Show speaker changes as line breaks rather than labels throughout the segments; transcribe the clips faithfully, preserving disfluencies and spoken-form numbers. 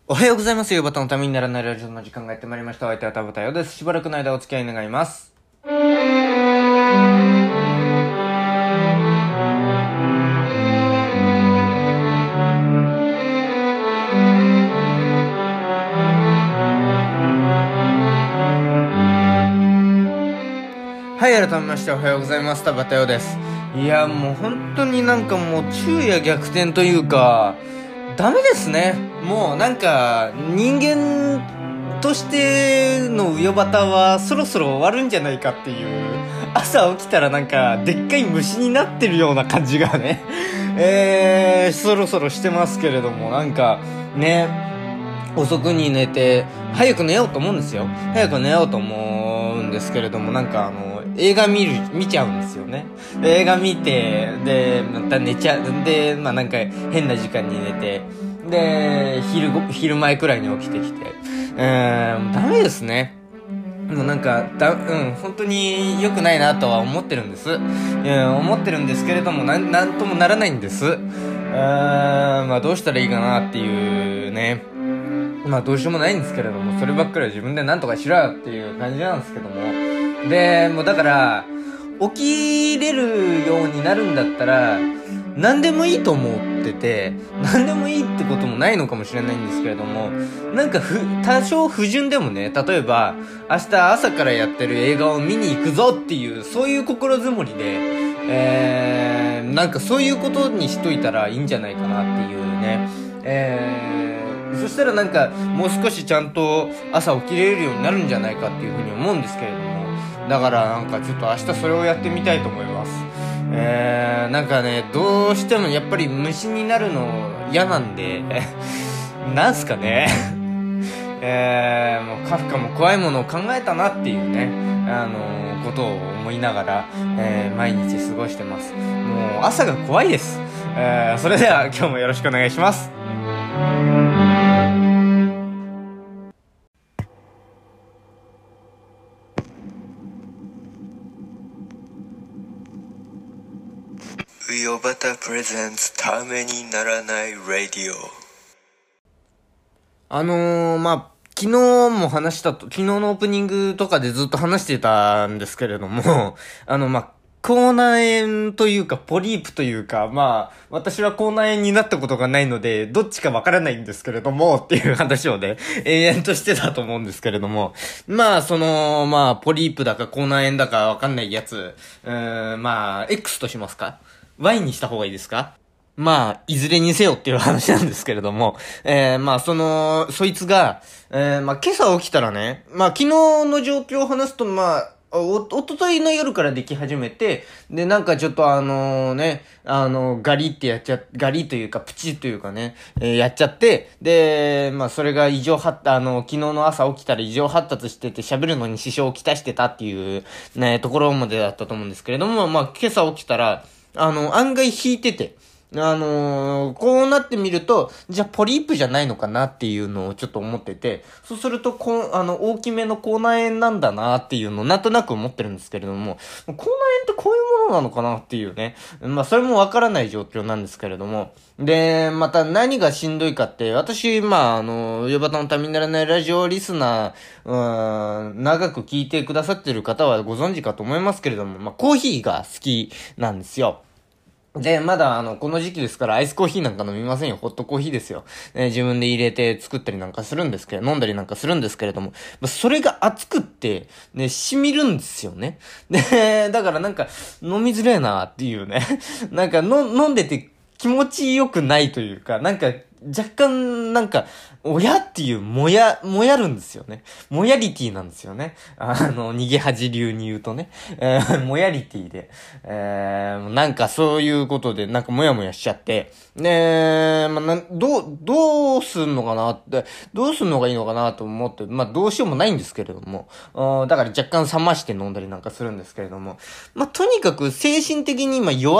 おはようございます。夕方のためにならないラジオの時間がやってまいりました。お相手は田畑洋です。しばらくの間お付き合い願います。はい、改めましておはようございます。田畑洋です。いや、もう本当になんかもう昼夜逆転というか、ダメですね。もうなんか人間としてのウヨバタはそろそろ終わるんじゃないかっていう、朝起きたらなんかでっかい虫になってるような感じがねえー、そろそろしてますけれども、なんかね、遅くに寝て早く寝ようと思うんですよ。早く寝ようと思うんですけれども、なんかあの映画見る見ちゃうんですよね。で映画見て、でまた寝ちゃう。でまあなんか変な時間に寝て、で昼ご昼前くらいに起きてきて、えー、ダメですね。もうなんかだうん本当に良くないなとは思ってるんです。いや思ってるんですけれども、なんなんともならないんです。うーんまあどうしたらいいかなっていうね。まあどうしようもないんですけれども、そればっかりは自分で何とかしろよっていう感じなんですけども、でもうだから起きれるようになるんだったら何でもいいと思ってて、何でもいいってこともないのかもしれないんですけれども、なんかふ多少不純でもね、例えば明日朝からやってる映画を見に行くぞっていう、そういう心づもりで、えー、なんかそういうことにしといたらいいんじゃないかなっていうね。えー、そしたらなんかもう少しちゃんと朝起きれるようになるんじゃないかっていうふうに思うんですけれども、だからなんかちょっと明日それをやってみたいと思います。えー、なんかね、どうしてもやっぱり虫になるの嫌なんでなんすかねえー、もうカフカも怖いものを考えたなっていうね、あのー、ことを思いながら、えー、毎日過ごしてます。もう朝が怖いです。えー、それでは今日もよろしくお願いします。
ウヨバタプレゼンツためにならないラディオ。
あのー、まあ、昨日も話したと、昨日のオープニングとかでずっと話してたんですけれども、あの、まあ、口内炎というか、ポリープというか、まあ、私は口内炎になったことがないので、どっちかわからないんですけれども、っていう話をね、永遠としてたと思うんですけれども、まあ、その、まあ、ポリープだか口内炎だかわかんないやつ、うーん、まあ、X としますか？ Y にした方がいいですか？まあ、いずれにせよっていう話なんですけれども、えー、まあ、その、そいつが、えー、まあ、今朝起きたらね、まあ、昨日の状況を話すと、まあ、お、おとといの夜からでき始めて、で、なんかちょっとあのね、あの、ガリってやっちゃ、ガリというか、プチというかね、えーやっちゃって、で、まあ、それが異常発、あの、昨日の朝起きたら異常発達してて、喋るのに支障をきたしてたっていう、ね、ところまでだったと思うんですけれども、まあ、今朝起きたら、あの、案外引いてて、あのー、こうなってみると、じゃあポリープじゃないのかなっていうのをちょっと思ってて、そうすると、こう、あの、大きめの口内炎なんだなっていうのをなんとなく思ってるんですけれども、口内炎ってこういうものなのかなっていうね。まあ、それもわからない状況なんですけれども。で、また何がしんどいかって、私、まあ、あの、ヨバタのためにならないラジオリスナー、うーん、長く聞いてくださってる方はご存知かと思いますけれども、まあ、コーヒーが好きなんですよ。で、まだあの、この時期ですからアイスコーヒーなんか飲みませんよ。ホットコーヒーですよ。ね、自分で入れて作ったりなんかするんですけど、飲んだりなんかするんですけれども、まあそれが熱くって、ね、染みるんですよね。で、だからなんか、飲みづれえなっていうね。なんかの、飲んでて気持ちよくないというか、なんか、若干、なんか、親っていう、もや、もやるんですよね。もやリティなんですよね。あの、逃げ恥流に言うとね。えー、もやリティで。えー、なんかそういうことで、なんかもやもやしちゃって。ねまあ、な、どう、どうすんのかなって、どうすんのがいいのかなと思って、まあ、どうしようもないんですけれども。あだから若干冷まして飲んだりなんかするんですけれども。まあ、とにかく精神的に今弱って、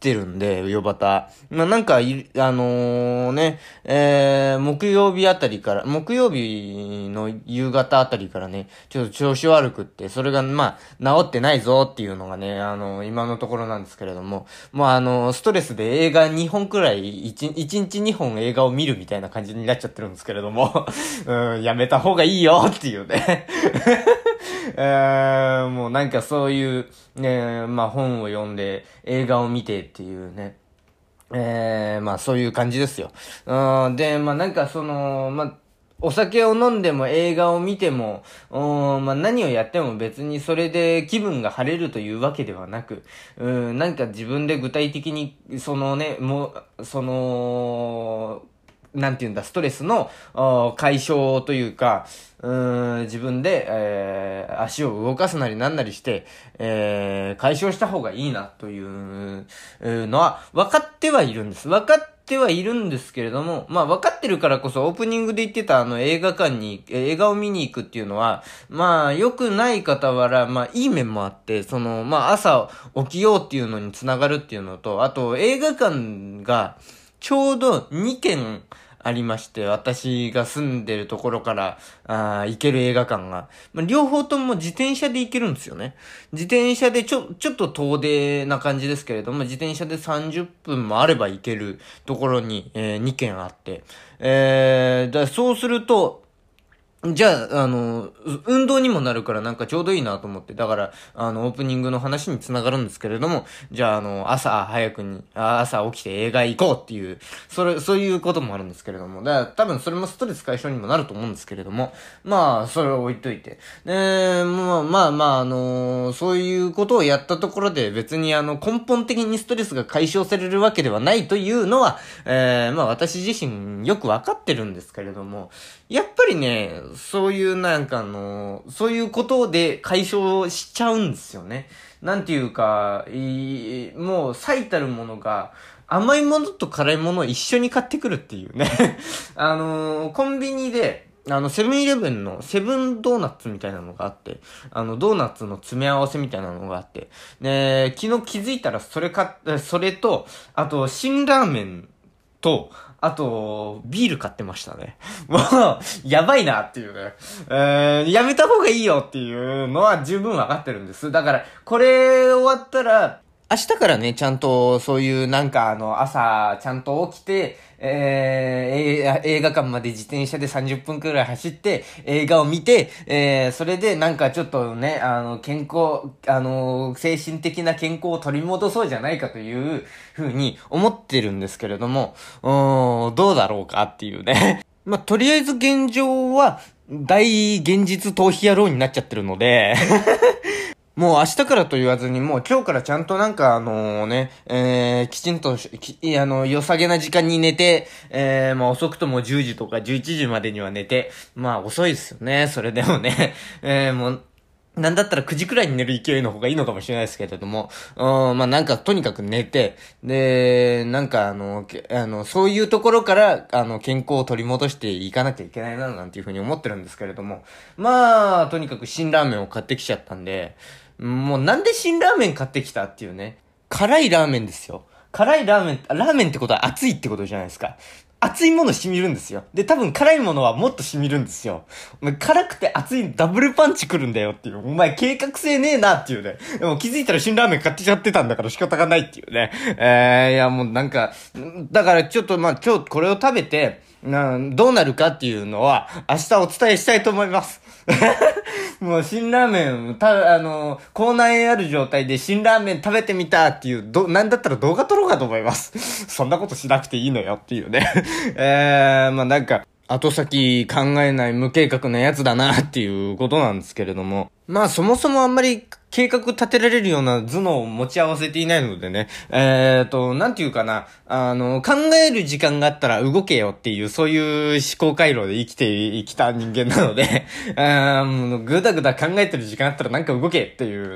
ってるんで、うよばた。まあ、なんかい、あのー、ね、えー、木曜日あたりから、木曜日の夕方あたりからね、ちょっと調子悪くって、それが、まあ、治ってないぞっていうのがね、あのー、今のところなんですけれども、もうあのー、ストレスで映画にほんくらい、いち、いちにちにほん映画を見るみたいな感じになっちゃってるんですけれども、うん、やめた方がいいよっていうね。えー、もうなんかそういう、ね、まあ本を読んで映画を見てっていうね。えー、まあそういう感じですよ。うん、で、まあなんかその、まあ、お酒を飲んでも映画を見ても、うん、まあ何をやっても別にそれで気分が晴れるというわけではなく、うん、なんか自分で具体的に、そのね、もう、その、なんていうんだ、ストレスの解消というか、うーん、自分で、えー、足を動かすなりなんなりして、えー、解消した方がいいなというのは分かってはいるんです。分かってはいるんですけれども、まあ分かってるからこそオープニングで言ってたあの映画館に、映画を見に行くっていうのは、まあ良くない傍ら、まあいい面もあって、その、まあ朝起きようっていうのにつながるっていうのと、あと映画館がちょうどにけんありまして、私が住んでるところから、あ行ける映画館が。まあ、両方とも自転車で行けるんですよね。自転車でちょ、ちょっと遠出な感じですけれども、自転車でさんじゅっぷんもあれば行けるところに、えー、にけんあって。えー、だそうすると、じゃあ、あの、運動にもなるからなんかちょうどいいなと思って。だから、あの、オープニングの話につながるんですけれども、じゃあ、あの、朝早くに、朝起きて映画行こうっていう、それ、そういうこともあるんですけれども。だから、多分それもストレス解消にもなると思うんですけれども、まあ、それを置いといて。で、まあまあまあ、あの、そういうことをやったところで別にあの、根本的にストレスが解消されるわけではないというのは、えー、まあ私自身よくわかってるんですけれども、やっぱりね、そういうなんかあの、そういうことで解消しちゃうんですよね。なんていうか、いいもう最たるものが、甘いものと辛いものを一緒に買ってくるっていうね。あのー、コンビニで、あの、セブンイレブンのセブンドーナツみたいなのがあって、あの、ドーナツの詰め合わせみたいなのがあって、で、昨日気づいたらそれか、それと、あと、辛ラーメンと、あと、ビール買ってましたね。もう、やばいなっていうね。えー、やめた方がいいよっていうのは十分わかってるんです。だから、これ終わったら、明日からね、ちゃんと、そういう、なんか、あの、朝、ちゃんと起きて、えー、映画館まで自転車でさんじゅっぷんくらい走って、映画を見て、えー、それで、なんかちょっとね、あの、健康、あの、精神的な健康を取り戻そうじゃないかというふうに思ってるんですけれども、うーん、どうだろうかっていうね。まあ、とりあえず現状は、大現実逃避野郎になっちゃってるので、もう明日からと言わずに、もう今日からちゃんとなんかあのね、えー、きちんとき、あの、良さげな時間に寝て、えー、まあ遅くともじゅうじとかじゅういちじまでには寝て、まあ遅いですよね、それでもね。えー、もう、なんだったらくじくらいに寝る勢いの方がいいのかもしれないですけれども、うん、まあなんかとにかく寝て、で、なんかあの、あの、そういうところから、あの、健康を取り戻していかなきゃいけないな、なんていうふうに思ってるんですけれども、まあ、とにかく辛ラーメンを買ってきちゃったんで、もうなんで辛ラーメン買ってきたっていうね。辛いラーメンですよ。辛いラーメン、ラーメンってことは熱いってことじゃないですか。熱いもの染みるんですよ。で、多分辛いものはもっと染みるんですよ。お前辛くて熱いダブルパンチ来るんだよっていう。お前計画性ねえなっていうね。でも気づいたら辛ラーメン買ってちゃってたんだから仕方がないっていうね。えー、いやもうなんか、だからちょっとまあ今日これを食べて、などうなるかっていうのは明日お伝えしたいと思います。もう辛ラーメン、た、あの、口内炎ある状態で辛ラーメン食べてみたっていう、ど、なんだったら動画撮ろうかと思います。そんなことしなくていいのよっていうね。えー、まあなんか、後先考えない無計画なやつだなっていうことなんですけれども。まあそもそもあんまり計画立てられるような頭脳を持ち合わせていないのでね。えーと、なんていうかな。あの、考える時間があったら動けよっていう、そういう思考回路で生きて生きた人間なので、あーもうぐだぐだ考えてる時間あったらなんか動けっていうね。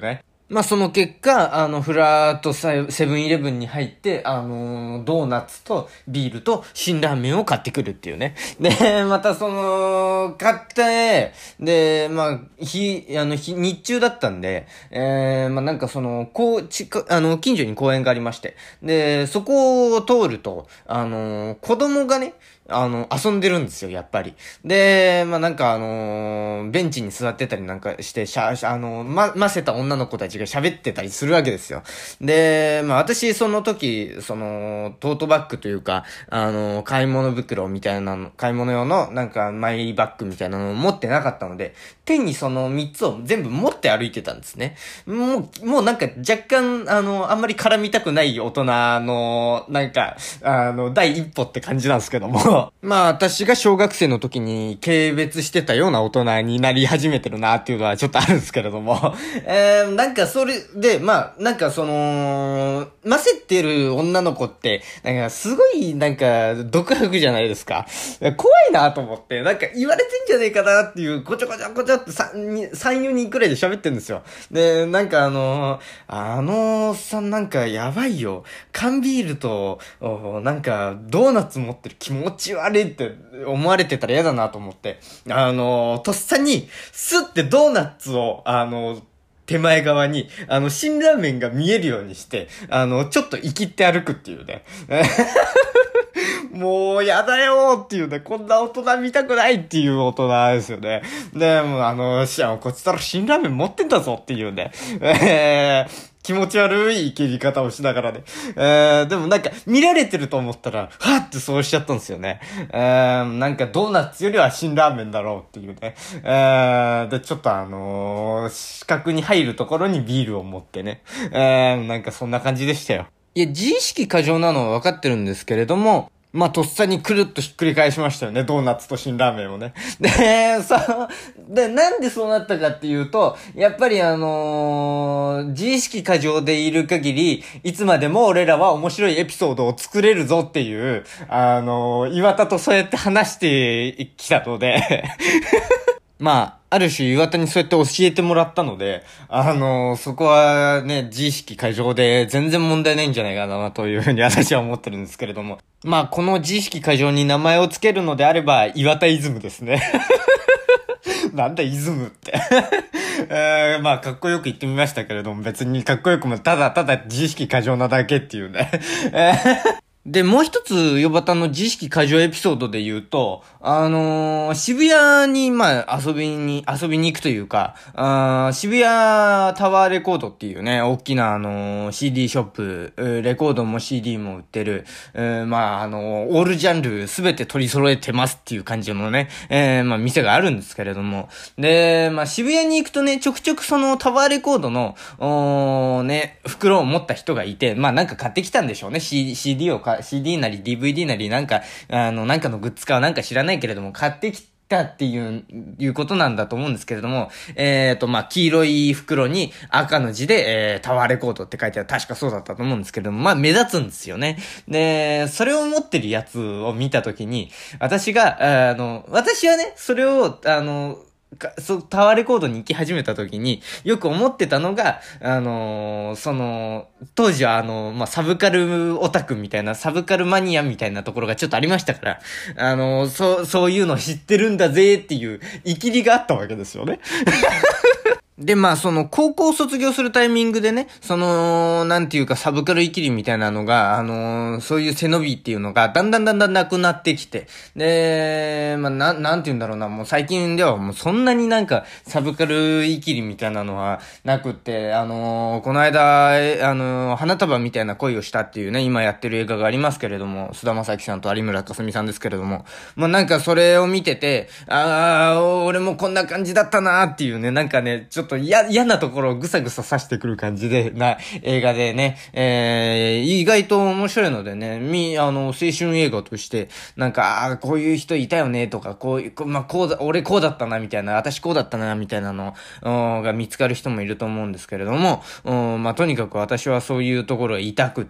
まあ、その結果、あの、フラーとセセブンイレブンに入って、あのードーナツとビールと辛ラーメンを買ってくるっていうね。で、またその、買って、で、まあ、日、あの、日、日中だったんで、えー、まあ、なんかその、こう、ちか、あの、近所に公園がありまして、で、そこを通ると、あのー子供がね、あの、遊んでるんですよ、やっぱり。で、まあ、なんかあのーベンチに座ってたりなんかして、しゃ、あのーま、ませた女の子たちが喋ってたりするわけですよ。で、まあ、私、その時、その、トートバッグというか、あのー買い物袋みたいなの、買い物用の、なんか、マイバッグみたいなのを持ってなかったので、手にそのみっつを全部持って歩いてたんですね。もう、もうなんか若干、あの、あんまり絡みたくない大人の、なんか、あの、第一歩って感じなんですけども。まあ、私が小学生の時に軽蔑してたような大人になり始めてるなっていうのはちょっとあるんですけれども。えー、なんかそれで、まあ、なんかその、ませってる女の子って、なんかすごい、なんか、独白じゃないですか。怖いなと思って、なんか言われてんじゃねえかなっていう、こちょこちょこちょってさん、よにんくらいで喋ってるんですよ。で、なんかあのー、あのー、さんなんかやばいよ。缶ビールと、なんか、ドーナツ持ってる気持ち悪いって思われてたら嫌だなと思って、あのー、とっさに、スッてドーナツを、あのー、手前側に、あの、辛ラーメンが見えるようにして、あの、ちょっと生きって歩くっていうね。もう、やだよーっていうね、こんな大人見たくないっていう大人ですよね。で、もうあの、しや、こっちたら辛ラーメン持ってんだぞっていうね。えー気持ち悪い切り方をしながらね。えー、でもなんか、見られてると思ったら、はってそうしちゃったんですよね。えー、なんかドーナツよりは辛ラーメンだろうっていうね。えー、で、ちょっとあのー、四角に入るところにビールを持ってね。えー、なんかそんな感じでしたよ。いや、自意識過剰なのは分かってるんですけれども、まあ、とっさにくるっとひっくり返しましたよね。ドーナツと辛ラーメンをね。で、さ、で、なんでそうなったかっていうと、やっぱりあのー、自意識過剰でいる限り、いつまでも俺らは面白いエピソードを作れるぞっていう、あのー、岩田とそうやって話してきたので、まあ、ある種岩田にそうやって教えてもらったので、あのーそこはね、自意識過剰で全然問題ないんじゃないかなというふうに私は思ってるんですけれども。まあ、この自意識過剰に名前をつけるのであれば、岩田イズムですね。なんだイズムって。えー、まあ、かっこよく言ってみましたけれども、別にかっこよくもただただ自意識過剰なだけっていうね。えーで、もう一つ、ヨバタの自意識過剰エピソードで言うと、あのー、渋谷に、まあ、遊びに、遊びに行くというか、あー渋谷タワーレコードっていうね、大きな、あのー シーディー ショップ、レコードも シーディー も売ってる、えーまあ、あのーオールジャンルすべて取り揃えてますっていう感じのね、えーまあ、店があるんですけれども、で、まあ、渋谷に行くとね、ちょくちょくそのタワーレコードの、おーね、袋を持った人がいて、まあ、なんか買ってきたんでしょうね、C、シーディー をか、シーディー なり ディーブイディー なりなんか、あの、なんかのグッズかなんか知らないけれども、買ってきたっていう、いうことなんだと思うんですけれども、えっと、まあ、黄色い袋に赤の字で、えー、タワーレコードって書いてある、確かそうだったと思うんですけれども、まあ、目立つんですよね。で、それを持ってるやつを見たときに、私が、あの、私はね、それを、あの、かそう、タワーレコードに行き始めた時に、よく思ってたのが、あのーその、当時はあの、まあ、サブカルオタクみたいな、サブカルマニアみたいなところがちょっとありましたから、あのーそう、そういうの知ってるんだぜっていう、イキリがあったわけですよね。で、まあ、その、高校卒業するタイミングでね、その、なんていうか、サブカルイキリみたいなのが、あのーそういう背伸びっていうのが、だんだんだんだんなくなってきて、で、まあ、な、なんて言うんだろうな、もう最近ではもうそんなになんか、サブカルイキリみたいなのはなくって、あのーこの間、えあのー花束みたいな恋をしたっていうね、今やってる映画がありますけれども、菅田将暉さんと有村架純さんですけれども、まあ、なんかそれを見てて、ああ、俺もこんな感じだったなーっていうね、なんかね、ちょっと嫌、嫌なところをぐさぐさ刺してくる感じで、な、映画でね、えー、意外と面白いのでね、み、あの、青春映画として、なんか、ああ、こういう人いたよね、とか、こういう、こまあ、こうだ、俺こうだったな、みたいな、私こうだったな、みたいなの、うんが見つかる人もいると思うんですけれども、うん、まあ、とにかく私はそういうところが痛くって、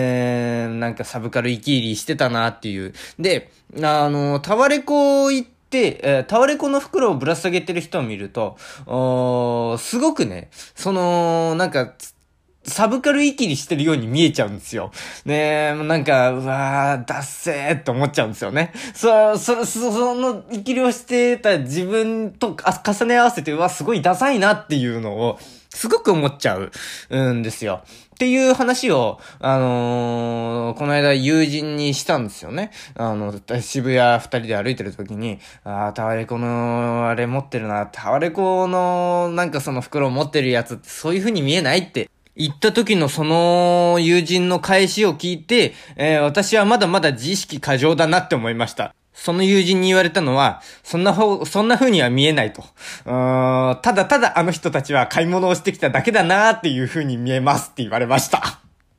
えー、なんかサブカル生き入りしてたな、っていう。で、あの、タワレコ行って、 、えー、タワレコの袋をぶら下げてる人を見ると、おーすごくね、その、なんか、サブカルイキリしてるように見えちゃうんですよ。ねえ、なんか、うわー、ダッセーって思っちゃうんですよね。そ、そ、そ、そのイキリをしてた自分とあ重ね合わせて、うわ、すごいダサいなっていうのを、すごく思っちゃう、うんですよ。っていう話を、あのー、この間友人にしたんですよね。あの、渋谷二人で歩いてる時に、あー、タワレコのあれ持ってるな、タワレコのなんかその袋を持ってるやつってそういう風に見えないって言った時のその友人の返しを聞いて、えー、私はまだまだ自意識過剰だなって思いました。その友人に言われたのは、そんな方、そんな風には見えないと。うーん、ただただあの人たちは買い物をしてきただけだなーっていう風に見えますって言われました。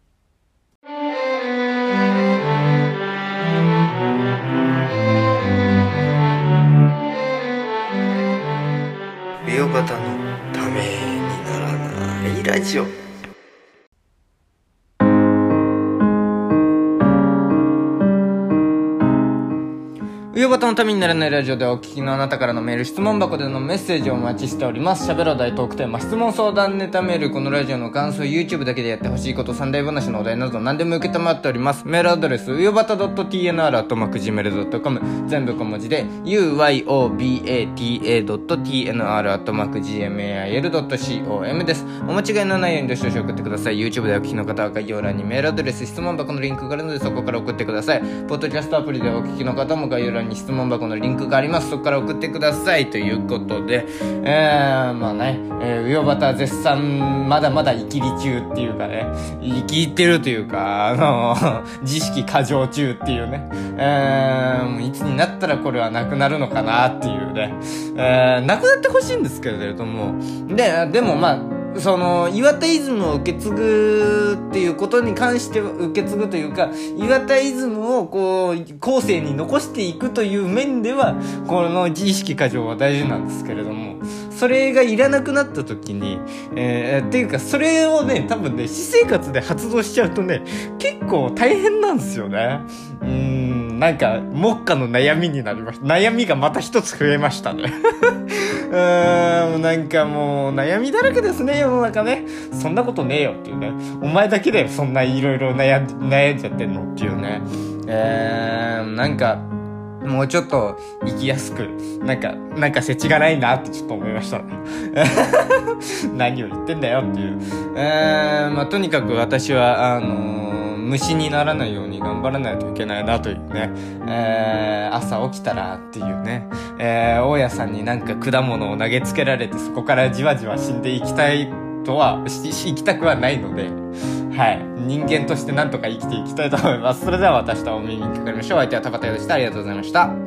ウヨバタのためにならないラジオ。
ウヨバタのためにならないラジオでお聞きのあなたからのメール、質問箱でのメッセージをお待ちしております。喋ろう大トークテーマ、質問相談ネタメール、このラジオの感想、YouTube だけでやってほしいこと、三大話のお題など何でも受けたまっております。メールアドレス、うよばた .tnr アットマーク ジーメールドットコム、全部小文字で ユーワイオービーエーティーエードットティーエヌアール アットマーク ジーエムエーアイエルドットコム です。お間違いのないようにどしどし送ってください。YouTube でお聞きの方は概要欄にメールアドレス、質問箱のリンクがあるのでそこから送ってください。ポッドキャストアプリでお聞きの方も概要欄に質問箱のリンクリンクがあります。そこから送ってくださいということで、えー、まあね、えー、うよばた絶賛まだまだ生きり中っていうかね、生きってるというか、あの自意識過剰中っていうね、えー、いつになったらこれはなくなるのかなっていうね、えー、なくなってほしいんですけれども、で、でもまあその岩田イズムを受け継ぐっていうことに関して受け継ぐというか、岩田イズムをこう後世に残していくという面ではこの自意識過剰は大事なんですけれども、それがいらなくなった時に、えー、っていうかそれをね多分ね私生活で発動しちゃうとね結構大変なんですよね。うーん、なんか目下の悩みになりました。悩みがまた一つ増えましたね。うーん、なんかもう悩みだらけですね世の中ね。そんなことねえよっていうね。お前だけだよそんないろいろ悩ん悩んじゃってんのっていうね。えー、なんかもうちょっと生きやすくなんかなんか世知がないなってちょっと思いましたね。何を言ってんだよっていう。えー、まあとにかく私はあのー虫にならないように頑張らないといけないなというね、えー、朝起きたらっていうね、えー、大家さんになんか果物を投げつけられてそこからじわじわ死んでいきたいとは生きたくはないので、はい、人間としてなんとか生きていきたいと思います。それでは私とお耳にかかりましょう。相手は田畑でした。ありがとうございました。